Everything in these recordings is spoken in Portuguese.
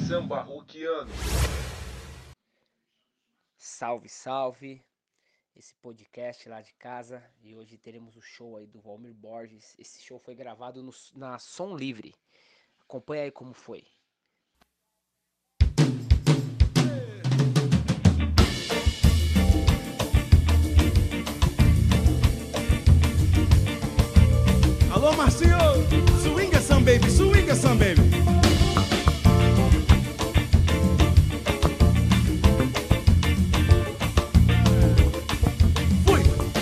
samba roquiano. Salve, salve! Esse podcast lá de casa, e hoje teremos o show aí do Valmir Borges. Esse show foi gravado na Som Livre. Acompanha aí como foi. Alô, Marcinho! Swinga some baby, swinga some baby. Fui!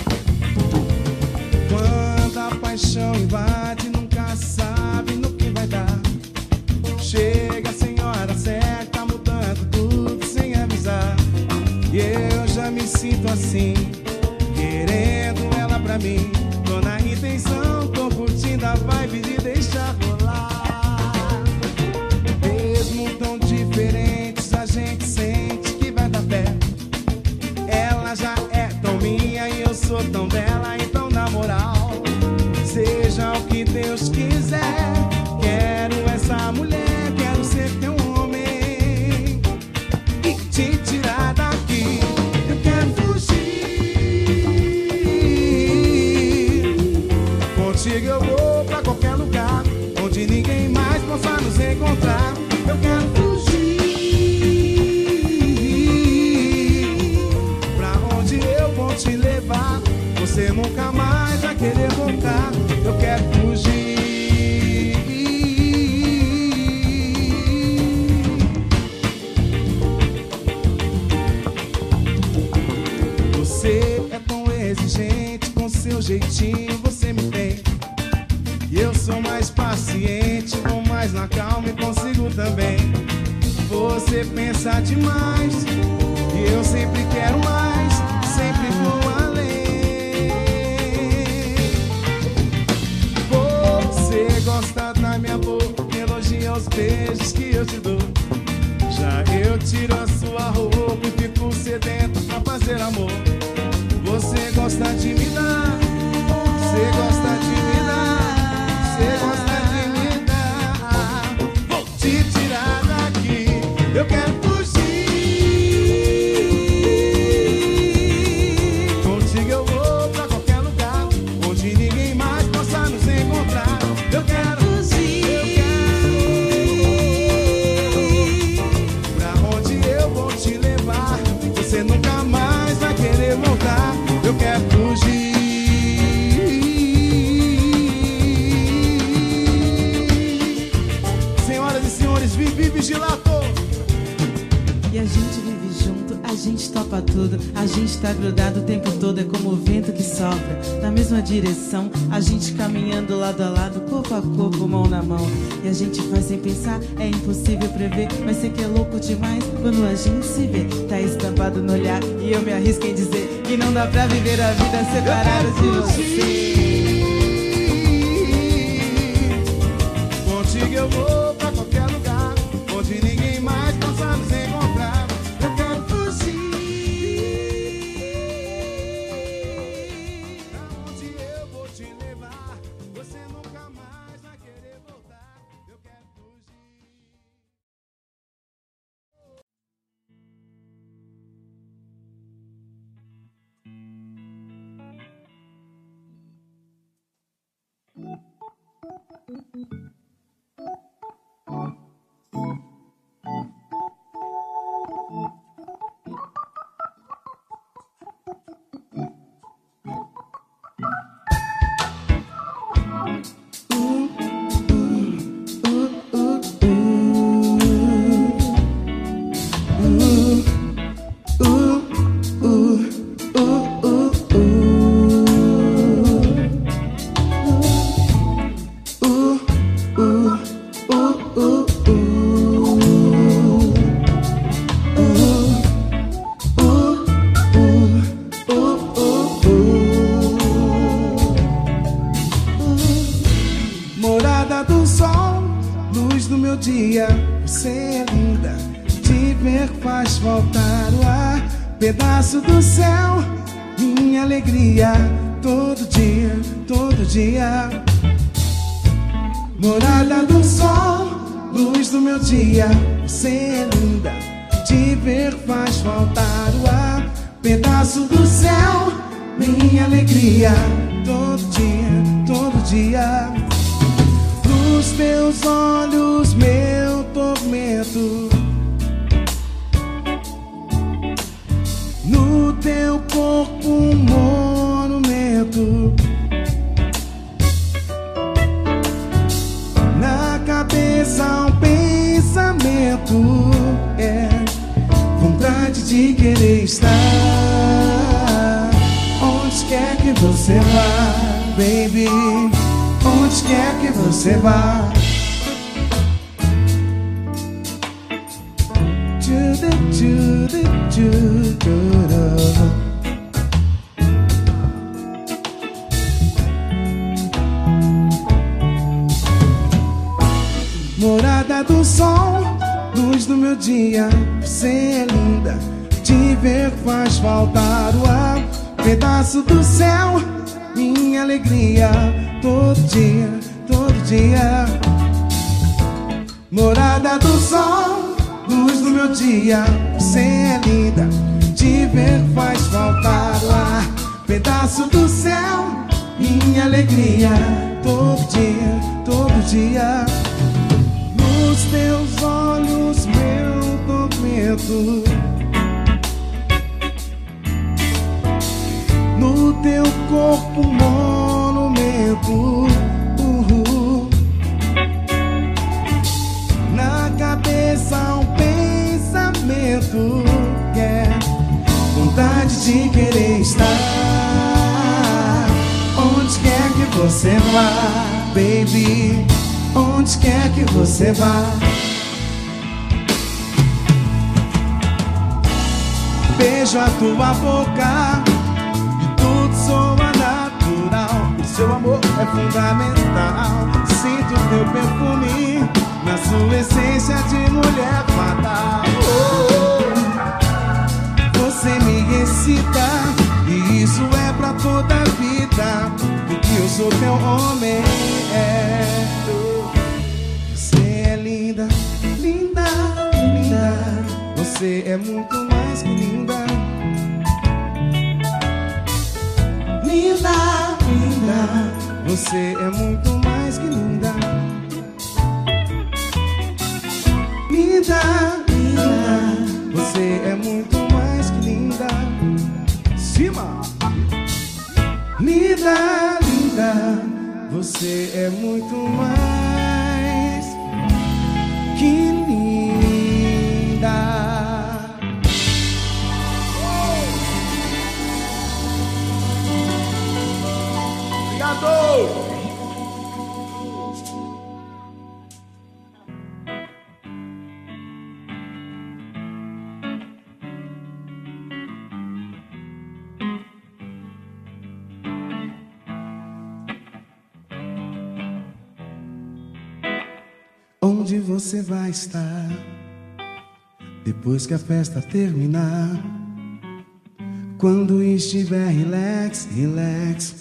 Quando a paixão invade, nunca sabe no que vai dar. Chega a senhora certa, mudando tudo sem avisar. E eu já me sinto assim, querendo ela pra mim. Tô na intenção, tô curtindo a vibe de deixar rolar. Mesmo tão diferentes, a gente sente que vai dar pé. Ela já é tão minha e eu sou tão dela. Então na moral, seja o que Deus quiser. Quero essa mulher, quero ser teu homem e te tirar daqui. Eu quero fugir. Contigo eu vou pra qualquer lugar onde ninguém mais possa nos encontrar. Eu quero fugir pra onde eu vou te levar. Você nunca mais vai querer voltar. Eu quero fugir. Você é tão exigente com seu jeitinho, você me tem. E eu sou mais paciente, vou mais na calma e consigo também. Você pensa demais e eu sempre quero mais, sempre vou além. Você gosta da minha boca, elogia os beijos que eu te dou. Já eu tiro a sua roupa e fico sedento pra fazer amor. Você gosta de me dar, você gosta de me dar, você gosta de me dar. Vou te tirar daqui, eu quero fugir. Contigo eu vou pra qualquer lugar onde ninguém mais possa nos encontrar. Eu quero fugir, pra onde eu vou te levar. Você nunca mais vai querer voltar. Eu quero fugir. Senhoras e senhores, Vivi Vigilato. E a gente vive junto, a gente topa tudo. A gente tá grudado o tempo todo, é como o vento que sopra na mesma direção. A gente caminhando lado a lado, corpo a corpo, mão na mão. E a gente faz sem pensar, é impossível prever. Mas sei que é louco demais quando a gente se vê. Tá estampado no olhar e eu me arrisco em dizer que não dá pra viver a vida separado de você. Contigo eu vou pra qualquer lugar onde ninguém mais possa nos encontrar. Eu quero fugir, pra onde eu vou te levar. Você nunca mais vai querer voltar. Eu quero fugir. dia. Você é linda, te ver faz voltar o ar. Pedaço do céu, minha alegria. Todo dia, todo dia. Morada do sol, luz do meu dia, você é linda. Te ver faz faltar o ar, pedaço do céu, minha alegria. Todo dia, nos teus olhos, meu tormento. No teu corpo, um monumento. Na cabeça, um pensamento. É vontade de querer estar onde quer que você vá, baby. Onde quer que você vá. Morada do sol, luz do meu dia, você é linda. Te ver faz faltar o ar, pedaço do céu, minha alegria. Todo dia. Morada do sol, luz do meu dia, você é linda. Te ver faz faltar o ar, pedaço do céu, minha alegria. Todo dia. Nos teus olhos, meu tormento. No teu corpo, monumento. Na cabeça, um pensamento. Vontade de querer estar onde quer que você vá, baby. Onde quer que você vá. Beijo a tua boca e tudo soa natural. O seu amor é fundamental. Sinto teu perfume na sua essência de mulher fatal. Você me excita e isso é pra toda a vida, porque eu sou teu homem. Linda, linda, linda. Você é muito mais que linda. Linda, linda. Você é muito mais que linda. Linda, linda. Você é muito mais que linda. Cima. Linda, linda. Você é muito mais que linda. Obrigado. Onde você vai estar depois que a festa terminar? Quando estiver relax, relax.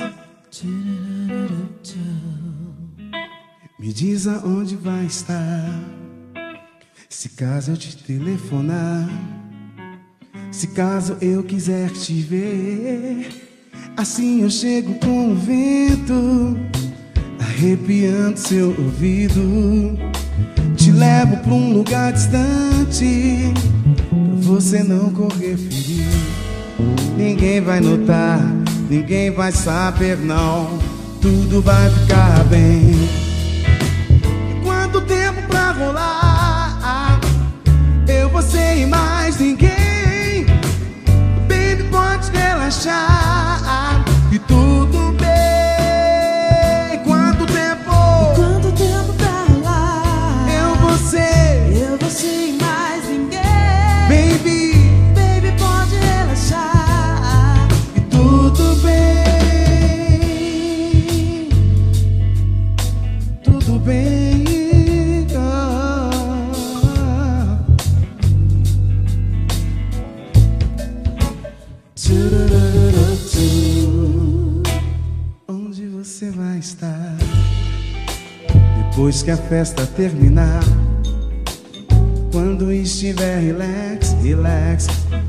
Me diz aonde vai estar. Se caso eu te telefonar, se caso eu quiser te ver, assim eu chego com o vento, arrepiando seu ouvido. Te levo pra um lugar distante, pra você não correr perigo. Ninguém vai notar, ninguém vai saber não. Tudo vai ficar bem. E quanto tempo pra rolar? Eu, você e mais ninguém. Baby, pode relaxar e tudo bem. Quanto tempo? Quanto tempo pra rolar? Eu, você e mais ninguém. Baby, baby, pode relaxar e tudo bem. Tudo bem. Onde você vai estar depois que a festa terminar? quando estiver relax, relax.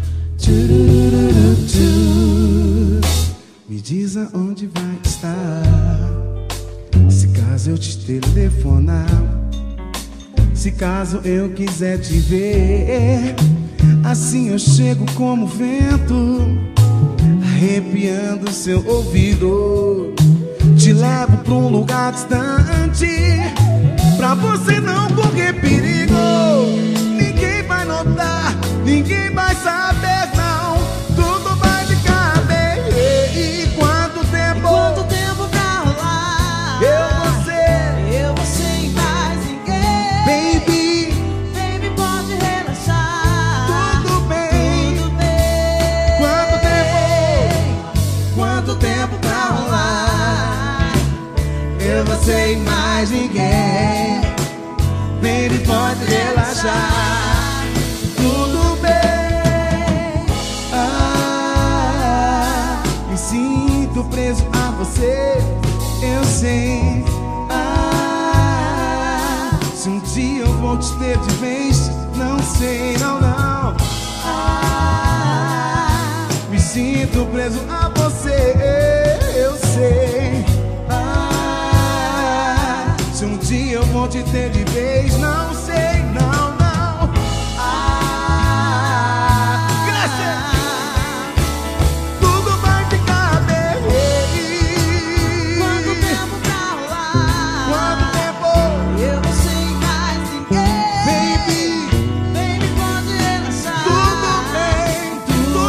Tchurururu. Me diz aonde vai estar, se caso eu te telefonar, se caso eu quiser te ver. Assim eu chego como vento, arrepiando seu ouvido. Te levo pra um lugar distante, pra você não correr perigo. Ninguém vai notar, ninguém vai saber, não. Tudo vai ficar bem. E quanto tempo pra rolar? eu, você e mais ninguém. Baby, Baby, pode relaxar. tudo bem. Tudo bem. Quanto tempo pra rolar? Eu, você e mais ninguém. Baby, pode relaxar. Tudo bem. Ah, me sinto preso a você. Eu sei. Ah, se um dia eu vou te ter de vez, não sei, não, não. Ah, me sinto preso a você. Eu sei. Ah, se um dia eu vou te ter de vez, não sei, não, não. Ah, graças. Tudo vai ficar bem. Quanto tempo pra rolar? Quanto tempo? Eu, você e mais ninguém. Baby, Baby, pode relaxar. tudo bem, tudo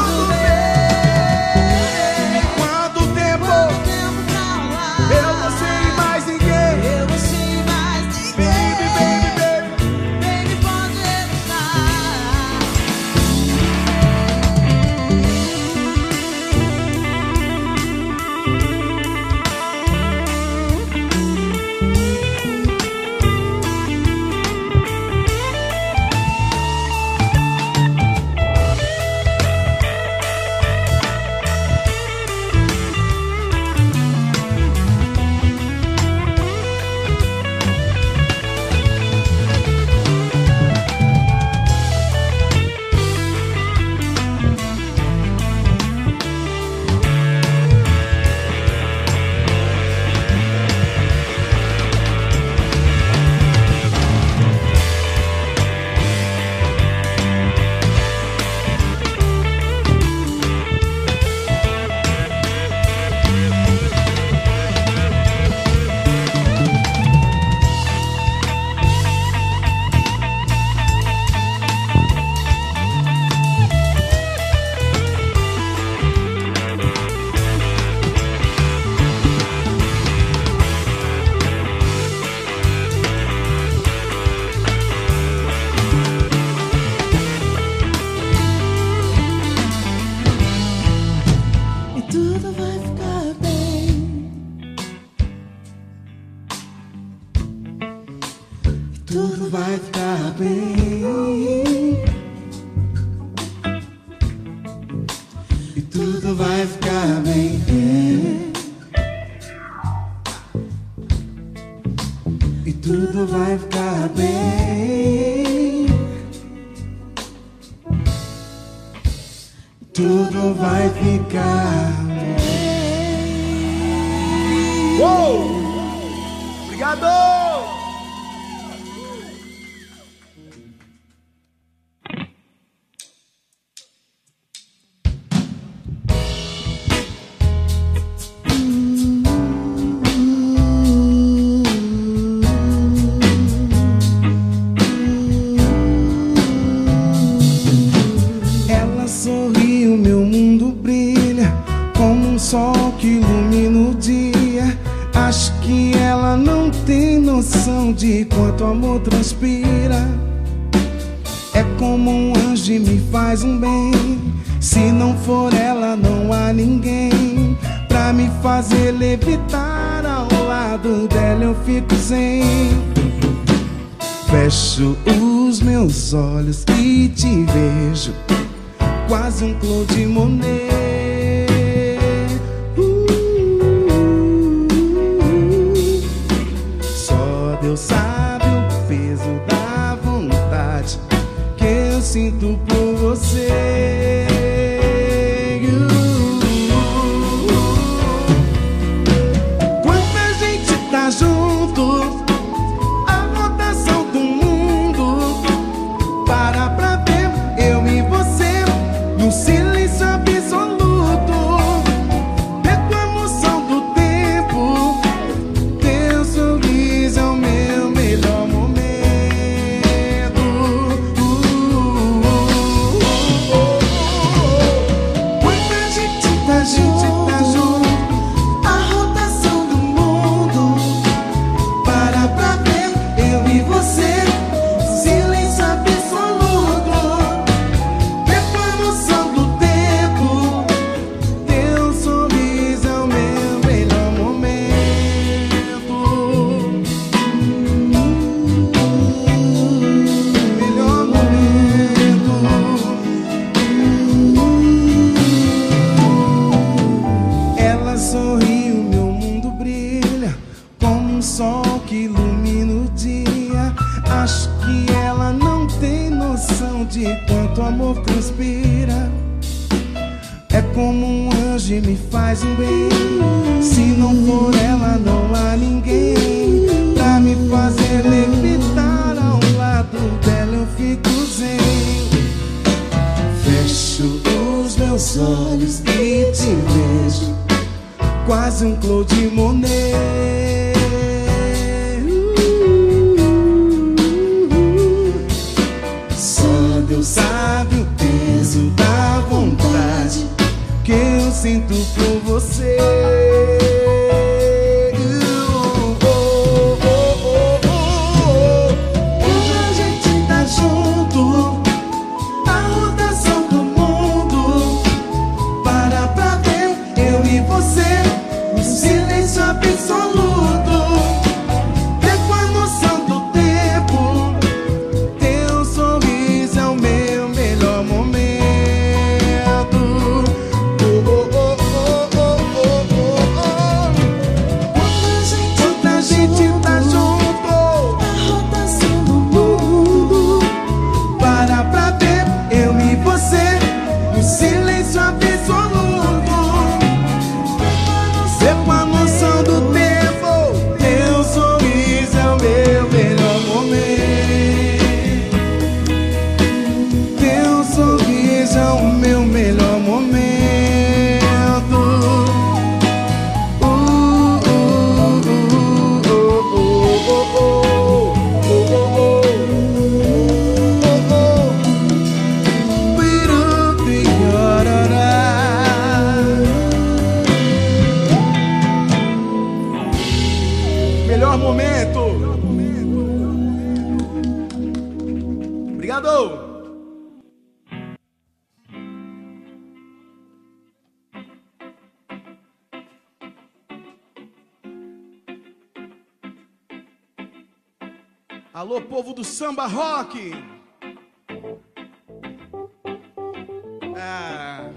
bem. Quanto tempo? Quanto tempo pra rolar? Eu, você e mais ninguém. Eu, você e mais ninguém. Baby, baby, baby. Baby, pode relaxar. E tudo vai ficar bem. E tudo vai ficar bem. E tudo vai ficar bem. E tudo vai ficar bem. Tudo vai ficar bem. Uou! Obrigado! Ela sorri, o meu mundo brilha como um sol que ilumina o dia. Acho que ela não tem noção de quanto amor transpira. É como um anjo e me faz um bem. Se não for ela, não há ninguém pra me fazer levitar. Ao lado dela eu fico zen. Fecho os meus olhos e te vejo, quase um Claude Monet. Só Deus sabe o peso da vontade sinto por você. Quando a gente tá junto, a rotação do mundo para pra ver eu e você no silêncio absoluto. Pego a emoção do tempo, teu sorriso é o meu melhor momento. Quando a gente tá junto, a rotação do mundo para pra ver eu e você, silêncio absoluto. Pego a emoção do tempo, teu sorriso é o meu melhor momento. Melhor momento. Ela sorri, o meu mundo brilha como um sol que ilumina o dia. Acho que ela não tem noção de quanto amor transpira. É como um anjo e me faz um bem. Se não for ela, não há ninguém pra me fazer levitar. Ao lado dela eu fico zen. Fecho os meus olhos e te vejo, quase um Claude Monet. Só Deus sabe o peso da vontade que eu sinto por você. Quando a gente tá junto, A rotação do mundo para pra ver eu e você no silêncio absoluto. Pego a noção do tempo, teu sorriso é o meu melhor momento. Quando a gente tá junto, a rotação do mundo para pra ver eu e você no silêncio absoluto. Pego a noção do tempo, teu sorriso é o meu melhor momento. Teu sorriso é o meu melhor momento. Melhor momento. Obrigado. Alô, povo do samba rock. Ah.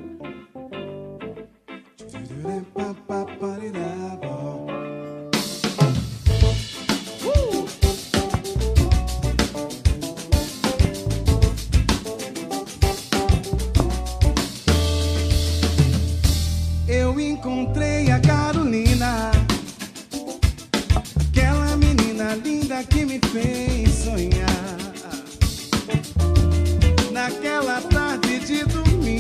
Eu encontrei a Carolina, aquela menina linda que me fez sonhar. Naquela tarde de domingo,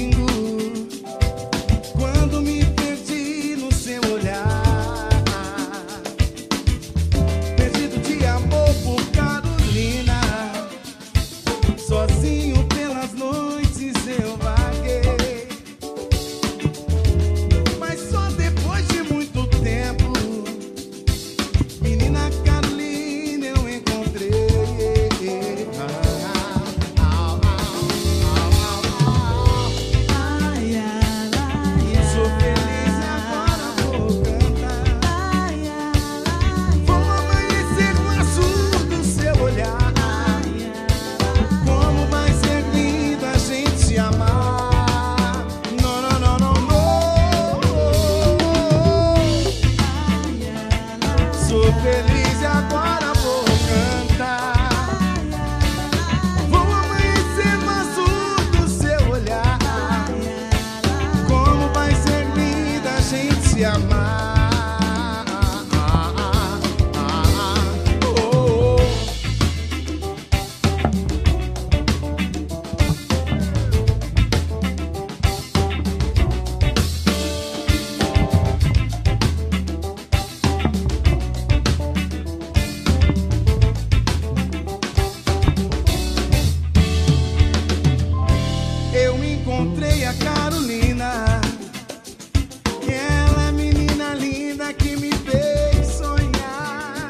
Eu encontrei a Carolina, aquela menina linda que me fez sonhar.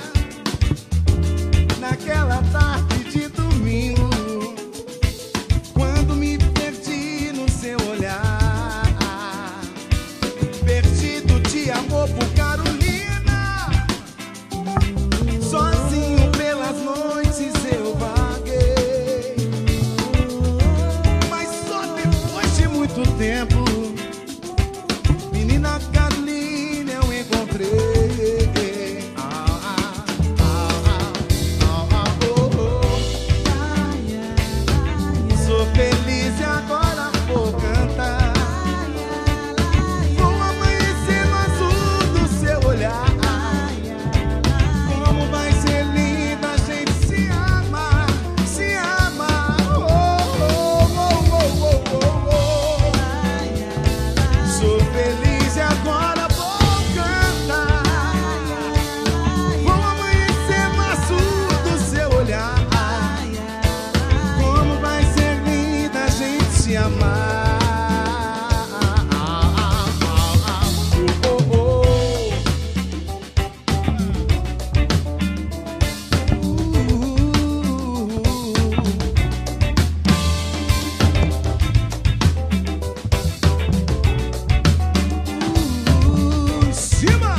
Naquela tarde de domingo, quando me perdi no seu olhar, perdido de amor por Carolina, sozinho pelas noites eu vaguei. Mas só depois de muito tempo, menina Carolina, eu encontrei. Sou feliz e agora vou cantar. Vou amanhecer no azul do seu olhar. Como vai ser linda a gente se amar, se amar. Sou feliz e agora vou cantar. Vou amanhecer no azul do seu olhar. Como vai ser linda a gente se amar. Cima!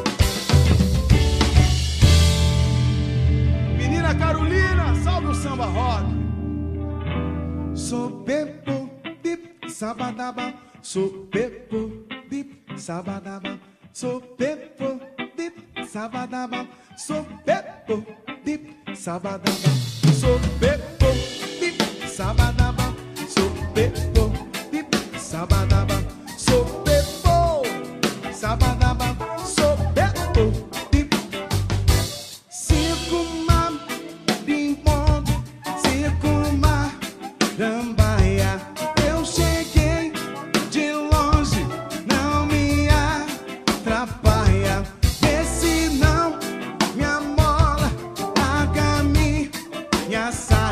Menina Carolina, salve o samba rock. Sou bebo, dip, sabadaba. Sou bebo, dip, sabadaba. Sou bebo, dip, sabadaba. Sou bebo, dip, sabadaba. Sou bebo, dip, sabadaba. Sou bebo, dip, sabadaba. Sou bebo, sabadaba. Sou bebo, dip. Circo mar, bim-bom, circo mar, rambaia. Eu cheguei de longe, não me atrapalha. Vê se não me amola, larga minha saia.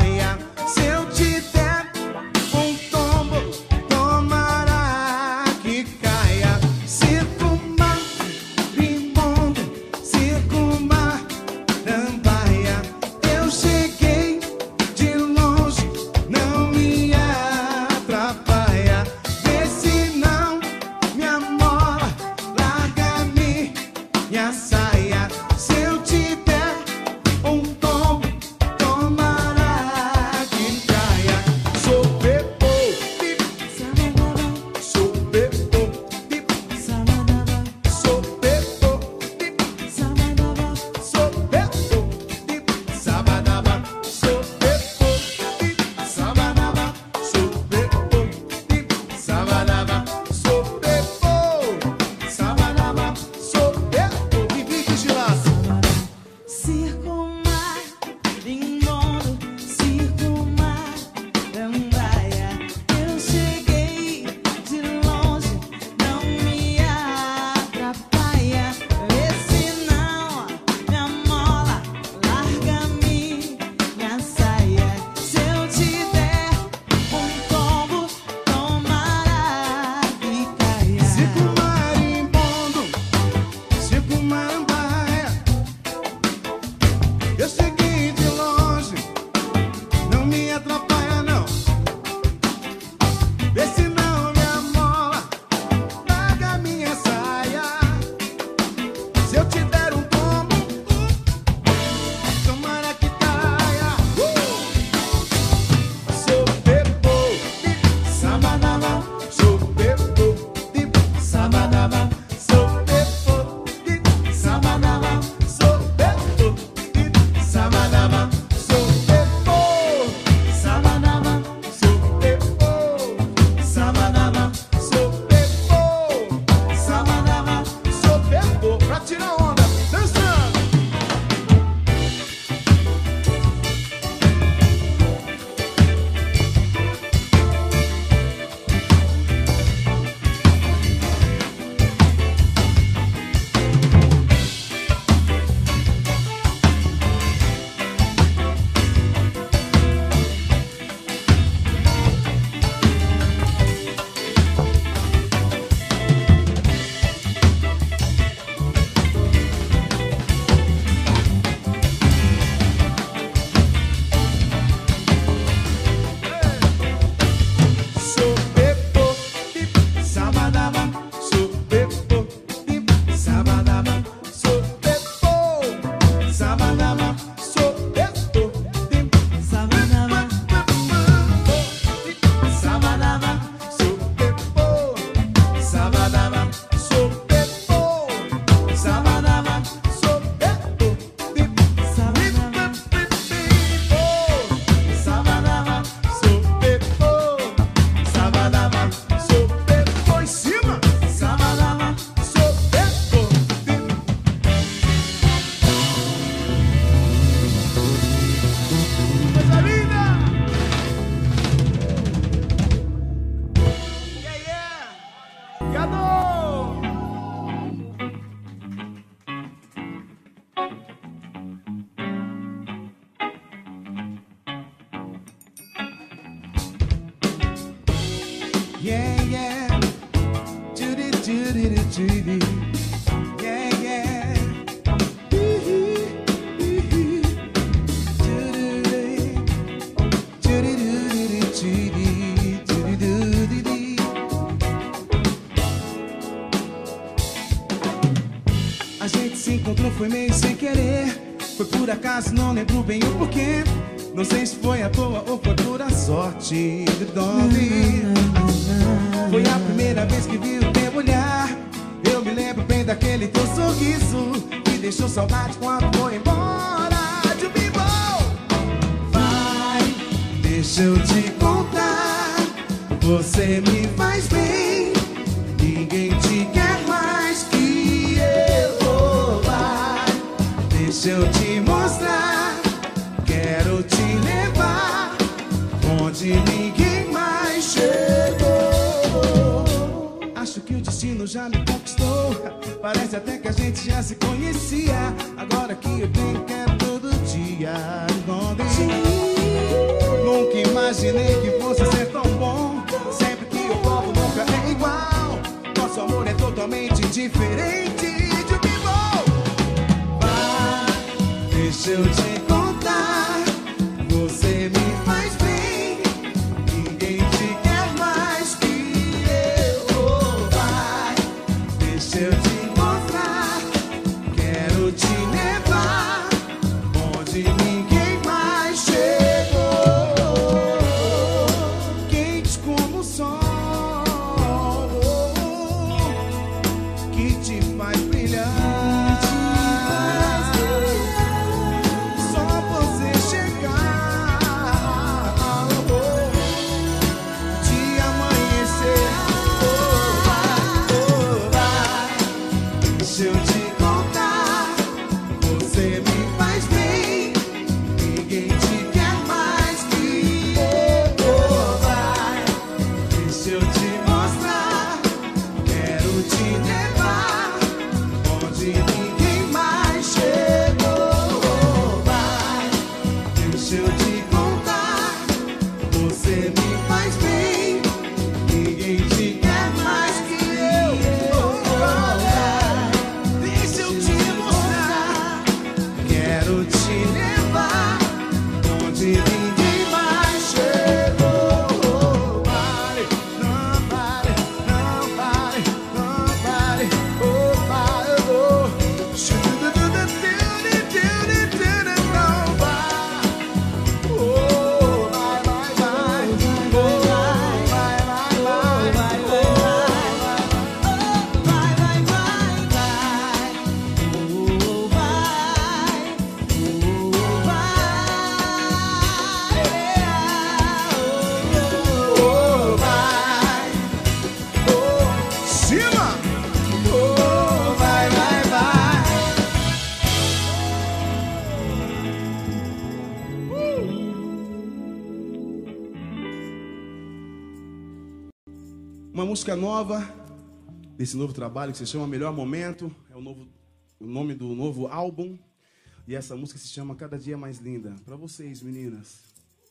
por acaso, não lembro bem o porquê. Não sei se foi à toa ou foi pura sorte. Foi a primeira vez que vi o teu olhar. Eu me lembro bem daquele teu sorriso que deixou saudade quando foi embora. Vai, deixa eu te contar. Você me faz bem. Ninguém te quer mais que eu. Vai, deixa eu te mostrar. Quero te levar onde ninguém mais chegou. Acho que o destino já me conquistou. Parece até que a gente já se conhecia. Agora que eu tenho, quero todo dia. Nunca imaginei que fosse ser tão bom. Sempre que eu volto nunca é igual. Nosso amor é totalmente diferente de que bom. Vai, deixa eu te contar. Você me faz bem. Ninguém te quer mais que eu. Vai, deixa eu te mostrar. Quero te levar onde ninguém mais chegou. Quente como o sol, que te faz brilhar. Só você chegar, de amanhecer. Vai, deixa eu te contar. Você me faz bem. Ninguém te quer mais que eu. Vai, deixa eu te mostrar. Quero te levar onde ninguém mais chegou. Vai, deixa eu te contar. Você me faz bem. Ninguém te quer mais que eu. Vai, deixa eu te mostrar. Quero te levar onde ninguém mais chegou. Vale, não vale, não vale, não vale, oh, vale, oh. Não vai, oh, vai, vai, vai, oh, vai, vai, vai, vai, oh, vai, oh, cima, oh, vai, vai, vai. Uma música nova desse novo trabalho que se chama Melhor Momento. É o nome do novo álbum. E essa música se chama Cada Dia Mais Linda. Pra vocês, meninas.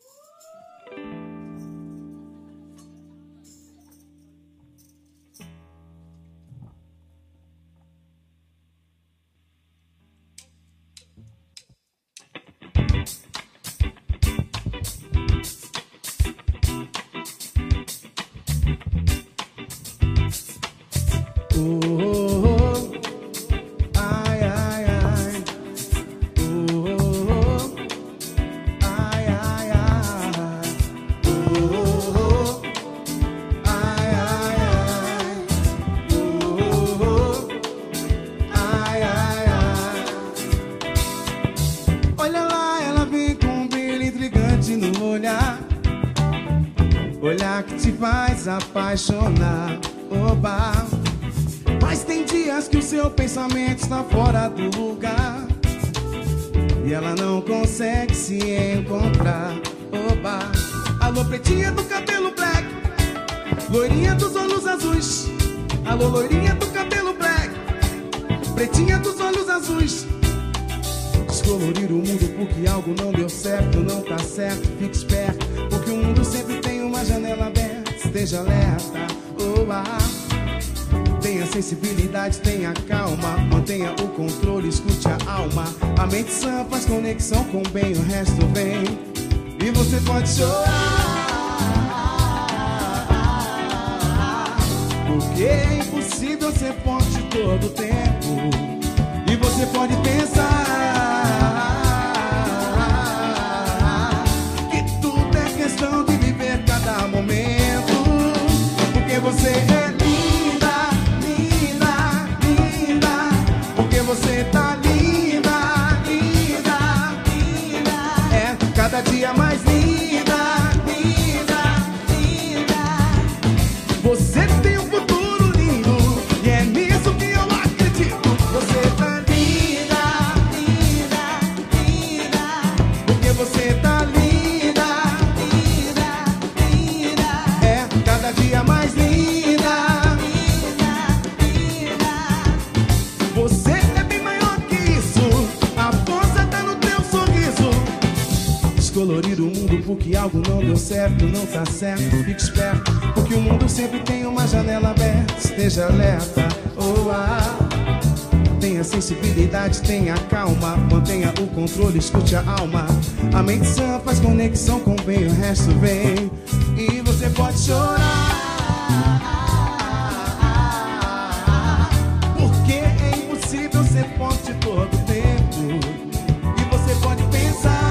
Oh, oh, oh. Ai, ai, ai. Oh, oh, oh. Ai, ai, ai. Oh, oh, oh. Ai, ai, ai. Oh, oh, oh. Ai, ai, ai. Olha lá, ela vem com um brilho intrigante no olhar. Olhar que te faz apaixonar. Oba. Mas tem dias que o seu pensamento está fora do lugar e ela não consegue se encontrar. Oba. Alô, pretinha do cabelo black, loirinha dos olhos azuis. Alô, loirinha do cabelo black, pretinha dos olhos azuis. Descolorir o mundo porque algo não deu certo. Não tá certo, fique esperto, porque o mundo sempre tem uma janela aberta. Esteja alerta. Oba. Tenha sensibilidade, tenha calma, mantenha o controle, escute a alma. A mente sã faz conexão com o bem, o resto vem. E você pode chorar, porque é impossível ser forte todo o tempo. E você pode pensar algo não deu certo, não tá certo, fique esperto, porque o mundo sempre tem uma janela aberta. Esteja alerta, oh, tenha sensibilidade, tenha calma, mantenha o controle, escute a alma. A mente sã faz conexão com o bem, o resto vem. E você pode chorar, porque é impossível ser forte todo o tempo. E você pode pensar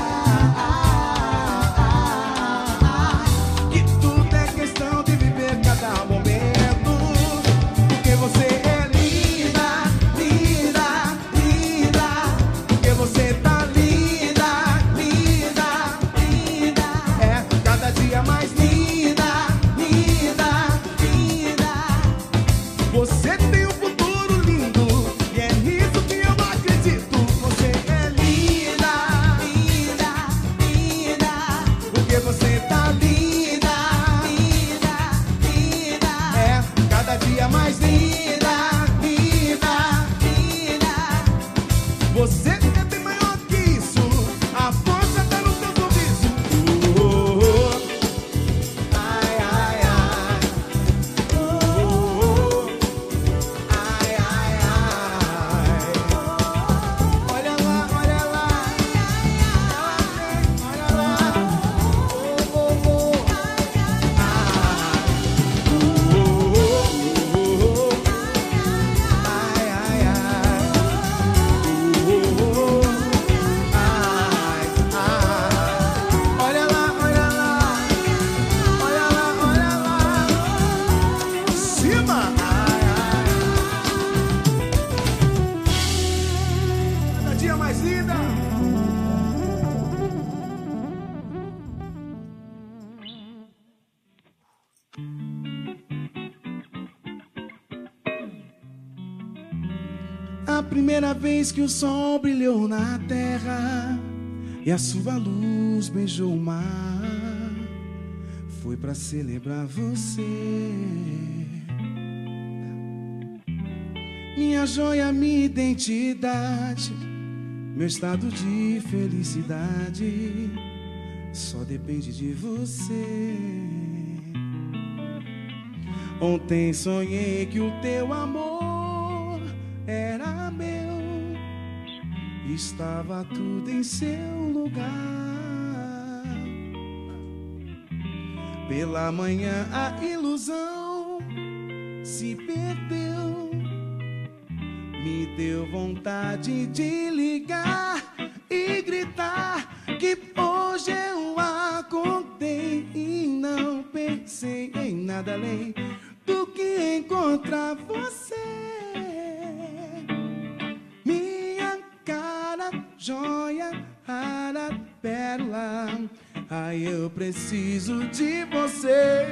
que tudo é questão de viver cada momento, porque você é linda, linda, linda, porque você tá linda, linda, linda, é cada dia mais linda, linda, linda. Você tem um futuro lindo e é nisso que eu acredito. Você é linda, linda, linda, porque você tá linda, linda, linda, é cada dia mais linda, linda, linda. Você é bem maior que isso, a força tá no seu sorriso. Ai, ai, ai. Ai, ai, ai. Olha lá, olha lá. Olha lá. Oh, oh, oh. Ai, ai, ai. Ai, ai. Olha lá, olha lá. Olha lá, olha lá. Cima. Ai, ai. Cada dia mais linda. A primeira vez que o sol brilhou na terra e a sua luz beijou o mar, foi pra celebrar você. Minha joia, minha identidade, meu estado de felicidade só depende de você. Ontem sonhei que o teu amor era meu, estava tudo em seu lugar. Pela manhã a ilusão se perdeu, me deu vontade de ligar e gritar que hoje eu acordei e não pensei em nada além do que encontrar você. Minha cara, joia, rara, pérola, ai, eu preciso de você.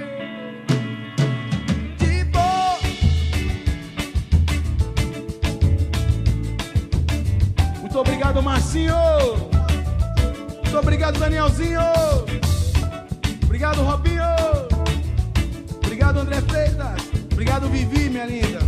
De boa. Muito obrigado, Marcinho. Muito obrigado, Danielzinho. Obrigado, Robinho. Obrigado, André Freitas. Obrigado, Vivi, minha linda.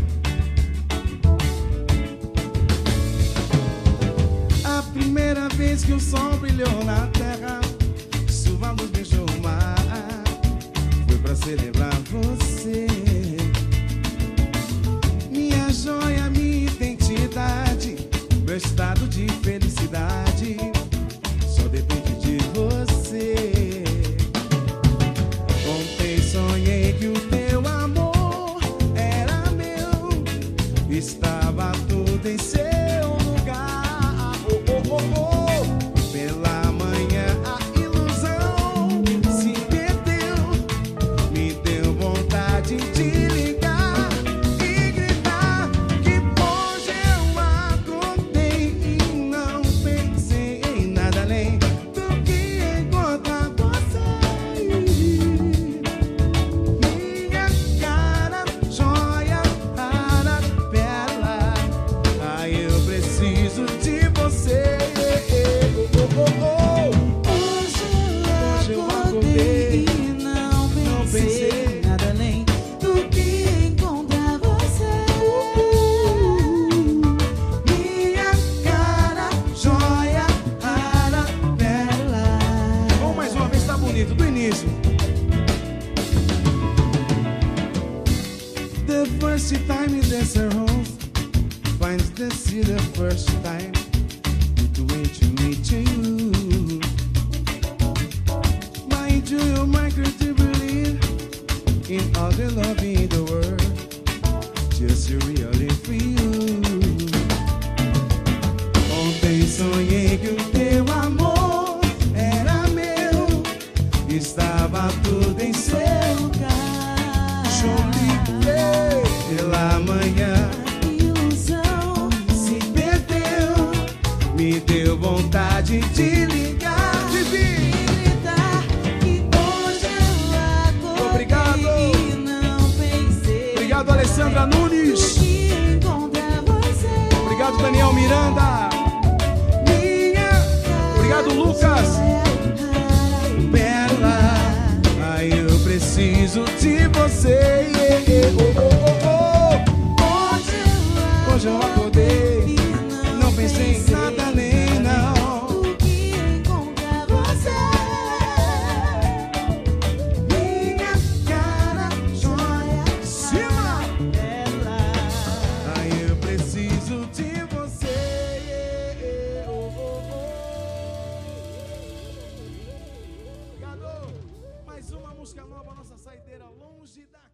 A primeira vez que o sol brilhou na terra, sua luz beijou o mar, foi pra celebrar você. Minha joia, minha identidade, meu estado de felicidade só depende de você. Ontem sonhei que o teu amor era meu, estava tudo em seu lugar. Oh, oh, oh, oh. Pela manhã a ilusão se perdeu, me deu início. The first time this rose finds the sea the first time to wait to meet you. Mind you, my to believe in all the love in the world, just really for you. Ontem sonhei que o teu amor era meu, estava tudo em seu lugar. Chorei pela manhã, Ilusão se perdeu, me deu vontade de ligar, de vir. gritar que hoje eu acordei. Obrigado. E não pensei. Obrigado, Alessandra Nunes. Que encontrar você. Obrigado, Daniel Miranda. Obrigado, Lucas. Pérola, ai eu preciso de você. Hoje eu acordei, não pensei em nada além, não. O que encontrar você. Minha cara, joia, cima. Ai eu preciso de você. Obrigado. Mais uma música nova, nossa saideira longe daqui.